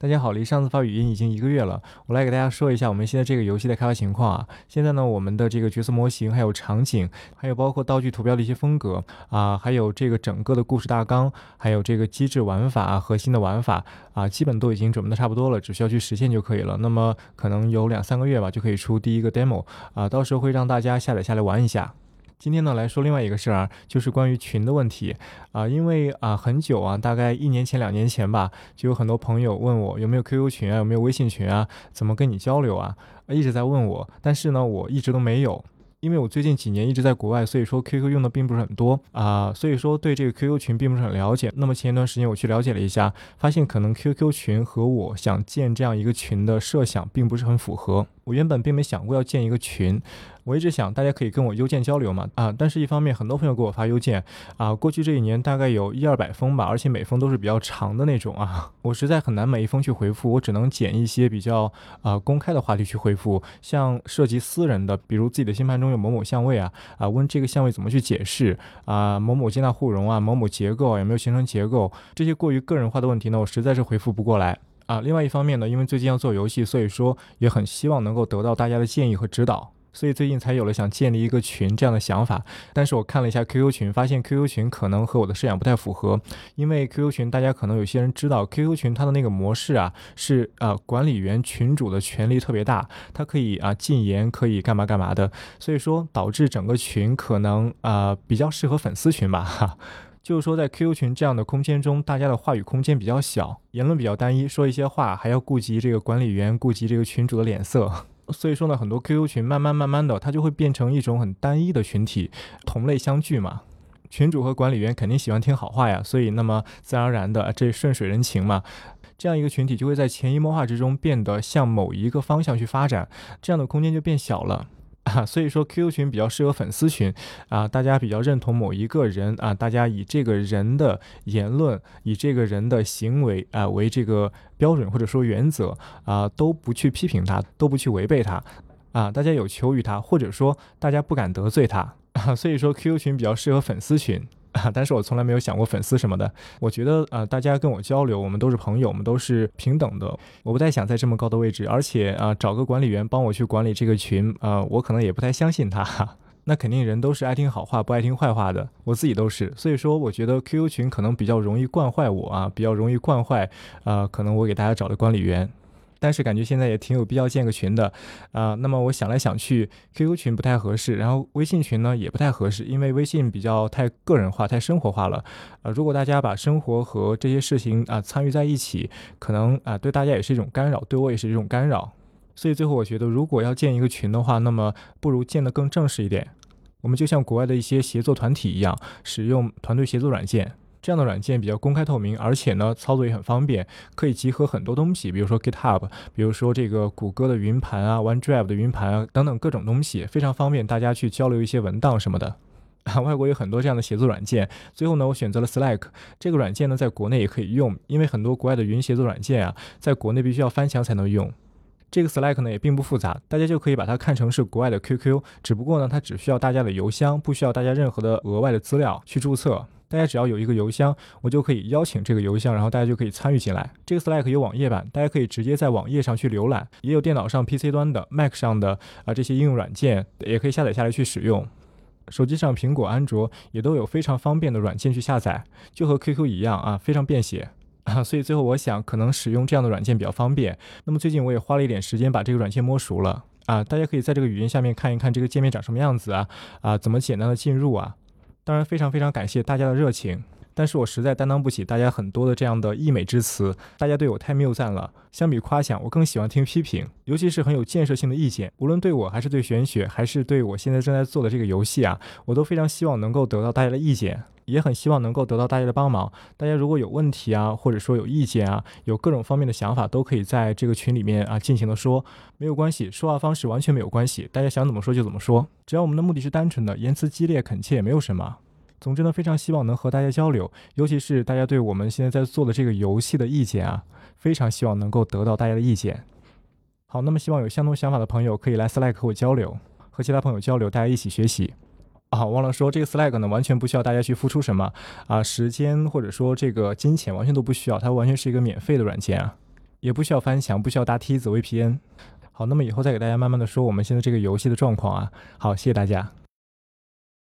大家好，离上次发语音已经1个月了，我来给大家说一下我们现在这个游戏的开发情况啊。现在呢，我们的这个角色模型，还有场景，还有包括道具图标的一些风格啊，还有这个整个的故事大纲，还有这个机制玩法、核心的玩法啊，基本都已经准备的差不多了，只需要去实现就可以了。那么可能有2-3个月吧，就可以出第一个 demo 啊，到时候会让大家下载下来玩一下。今天呢来说另外一个事儿，就是关于群的问题因为很久大概1年前2年前吧，就有很多朋友问我有没有 QQ 群啊，有没有微信群啊，怎么跟你交流一直在问我，但是呢我一直都没有。因为我最近几年一直在国外，所以说 QQ 用的并不是很多所以说对这个 QQ 群并不是很了解。那么前一段时间我去了解了一下，发现可能 QQ 群和我想建这样一个群的设想并不是很符合。我原本并没想过要建一个群，我一直想大家可以跟我邮件交流嘛但是一方面很多朋友给我发邮件过去这一年大概有100-200封吧，而且每封都是比较长的那种我实在很难每一封去回复，我只能捡一些比较公开的话题去回复，像涉及私人的，比如自己的星盘中有某某相位问这个相位怎么去解释某某接纳互容某某结构有没有形成结构，这些过于个人化的问题呢，我实在是回复不过来另外一方面呢，因为最近要做游戏，所以说也很希望能够得到大家的建议和指导，所以最近才有了想建立一个群这样的想法。但是我看了一下 QQ 群，发现 QQ 群可能和我的设想不太符合，因为 QQ 群大家可能有些人知道 QQ 群它的那个模式是管理员群主的权力特别大，它可以禁言，可以干嘛干嘛的，所以说导致整个群可能比较适合粉丝群吧就是说在 QQ 群这样的空间中，大家的话语空间比较小，言论比较单一，说一些话还要顾及这个管理员，顾及这个群主的脸色，所以说呢，很多 QQ 群慢慢的它就会变成一种很单一的群体，同类相聚嘛，群主和管理员肯定喜欢听好话呀，所以那么自然而然的这顺水人情嘛，这样一个群体就会在潜移默化之中变得向某一个方向去发展，这样的空间就变小了所以说 QQ 群比较适合粉丝群大家比较认同某一个人大家以这个人的言论，以这个人的行为为这个标准或者说原则都不去批评他，都不去违背他大家有求于他，或者说大家不敢得罪他所以说 QQ 群比较适合粉丝群但是我从来没有想过粉丝什么的，我觉得大家跟我交流，我们都是朋友，我们都是平等的，我不太想在这么高的位置，而且找个管理员帮我去管理这个群我可能也不太相信他那肯定人都是爱听好话不爱听坏话的，我自己都是，所以说我觉得 QQ 群可能比较容易惯坏我比较容易惯坏可能我给大家找的管理员，但是感觉现在也挺有必要建个群的那么我想来想去 QQ 群不太合适，然后微信群呢也不太合适，因为微信比较太个人化太生活化了如果大家把生活和这些事情参与在一起，可能对大家也是一种干扰，对我也是一种干扰，所以最后我觉得如果要建一个群的话，那么不如建得更正式一点，我们就像国外的一些协作团体一样，使用团队协作软件，这样的软件比较公开透明，而且呢操作也很方便，可以集合很多东西，比如说 GitHub， 比如说这个谷歌的云盘OneDrive 的云盘等等各种东西，非常方便大家去交流一些文档什么的外国有很多这样的协作软件，最后呢我选择了 Slack， 这个软件呢在国内也可以用，因为很多国外的云协作软件在国内必须要翻墙才能用。这个 Slack 呢也并不复杂，大家就可以把它看成是国外的 QQ， 只不过呢它只需要大家的邮箱，不需要大家任何的额外的资料去注册，大家只要有一个邮箱，我就可以邀请这个邮箱，然后大家就可以参与进来。这个 Slack 有网页版，大家可以直接在网页上去浏览，也有电脑上 PC 端的 Mac 上的这些应用软件也可以下载下来去使用，手机上苹果安卓也都有非常方便的软件去下载，就和 QQ 一样非常便携所以最后我想可能使用这样的软件比较方便。那么最近我也花了一点时间把这个软件摸熟了大家可以在这个语音下面看一看这个界面长什么样子怎么简单的进入当然非常非常感谢大家的热情，但是我实在担当不起大家很多的这样的溢美之词，大家对我太谬赞了，相比夸奖我更喜欢听批评，尤其是很有建设性的意见，无论对我还是对玄学还是对我现在正在做的这个游戏我都非常希望能够得到大家的意见，也很希望能够得到大家的帮忙，大家如果有问题或者说有意见有各种方面的想法，都可以在这个群里面尽情的说，没有关系，说话方式完全没有关系，大家想怎么说就怎么说，只要我们的目的是单纯的，言辞激烈恳切也没有什么。总之呢，非常希望能和大家交流，尤其是大家对我们现在在做的这个游戏的意见非常希望能够得到大家的意见。好，那么希望有相同想法的朋友可以来 Slack 和我交流，和其他朋友交流，大家一起学习。忘了说，这个 Slack 呢完全不需要大家去付出什么时间或者说这个金钱完全都不需要，它完全是一个免费的软件也不需要翻墙，不需要搭梯子 VPN。好，那么以后再给大家慢慢的说我们现在这个游戏的状况啊。好，谢谢大家。